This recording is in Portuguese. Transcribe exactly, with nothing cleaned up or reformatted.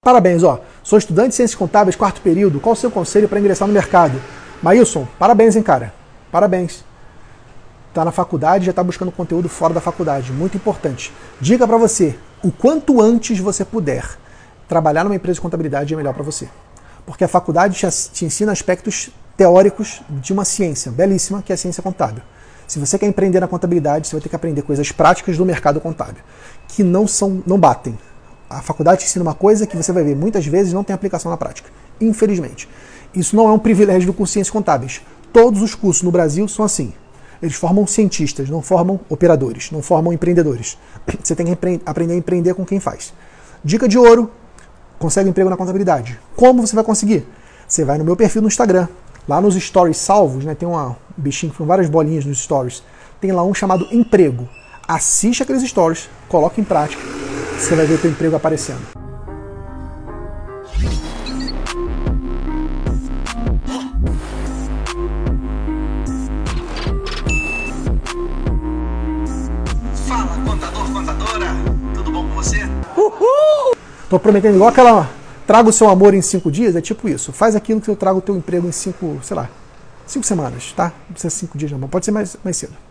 Parabéns, ó. Sou estudante de Ciências Contábeis, quarto período. Qual o seu conselho para ingressar no mercado? Maílson, parabéns, hein, cara. Parabéns. Tá na faculdade, já tá buscando conteúdo fora da faculdade. Muito importante. Dica para você, o quanto antes você puder trabalhar numa empresa de contabilidade é melhor para você. Porque a faculdade te, te ensina aspectos teóricos de uma ciência belíssima, que é a ciência contábil. Se você quer empreender na contabilidade, você vai ter que aprender coisas práticas do mercado contábil, que não são, não batem. A faculdade te ensina uma coisa que você vai ver muitas vezes não tem aplicação na prática. Infelizmente. Isso não é um privilégio do curso de Ciências Contábeis. Todos os cursos no Brasil são assim. Eles formam cientistas, não formam operadores, não formam empreendedores. Você tem que aprender a empreender com quem faz. Dica de ouro, consegue um emprego na contabilidade. Como você vai conseguir? Você vai no meu perfil no Instagram, lá nos stories salvos, né, tem uma, um bichinho com várias bolinhas nos stories, tem lá um chamado emprego. Assiste aqueles stories, coloque em prática, você vai ver o teu emprego aparecendo. Fala, contador, contadora, tudo bom com você? Uhul! Tô prometendo igual aquela, traga o seu amor em cinco dias, é tipo isso. Faz aquilo que eu trago o teu emprego em cinco, sei lá, cinco semanas, tá? Não precisa ser cinco dias não, mas pode ser mais, mais cedo.